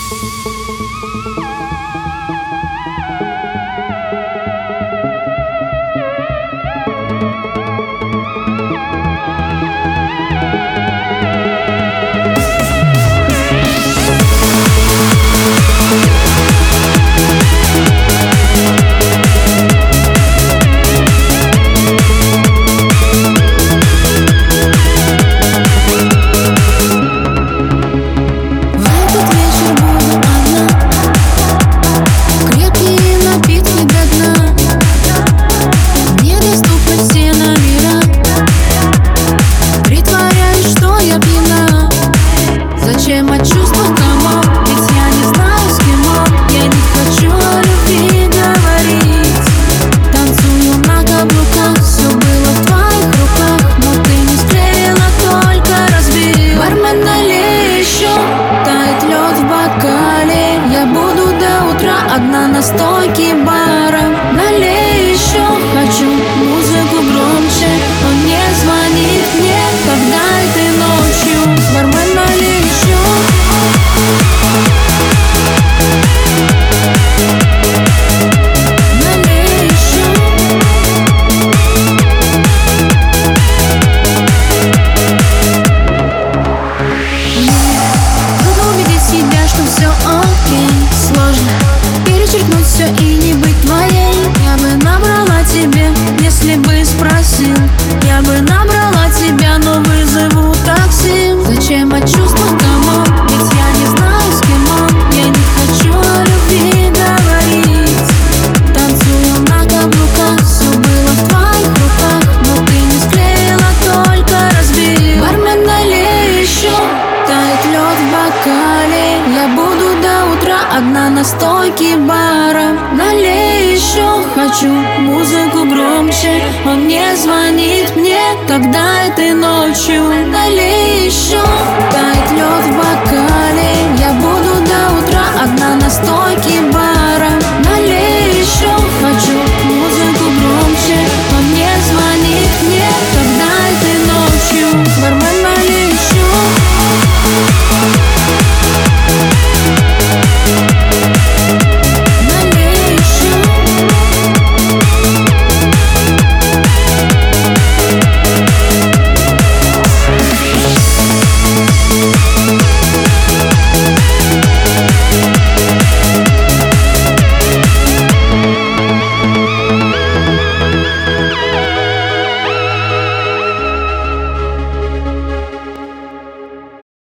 Зачем от чувства кому? Ведь я не знаю, с кем он. Я не хочу о любви говорить. Танцую на каблуках, все было в твоих руках, но ты не склеила, только разбил. Бармен, налей еще, тает лед в бокале. Я буду до утра одна на стойке бара. Налей еще, хочу музыку громче. Он не звонит мне, когда этой ночью. Бармен, налей еще. Налей еще. Трудно убедить себя, что все окей. Сложно перечеркнуть все и не быть твоей. Я бы набрала тебе, если бы спросил. Я бы набрала тебя, но вызову такси. Зачем от чувства кому? Ведь я не знаю, с кем он. Я не хочу о любви говорить. Танцую на каблуках, все было в твоих руках, но ты не склеила, только разбил. Бармен, налей еще, тает лед в бокале. Я буду до утра одна на стойке бара. Налей еще, хочу музыку громче. Он не звонит мне, когда этой ночью. Налей еще, тает лед в бокале.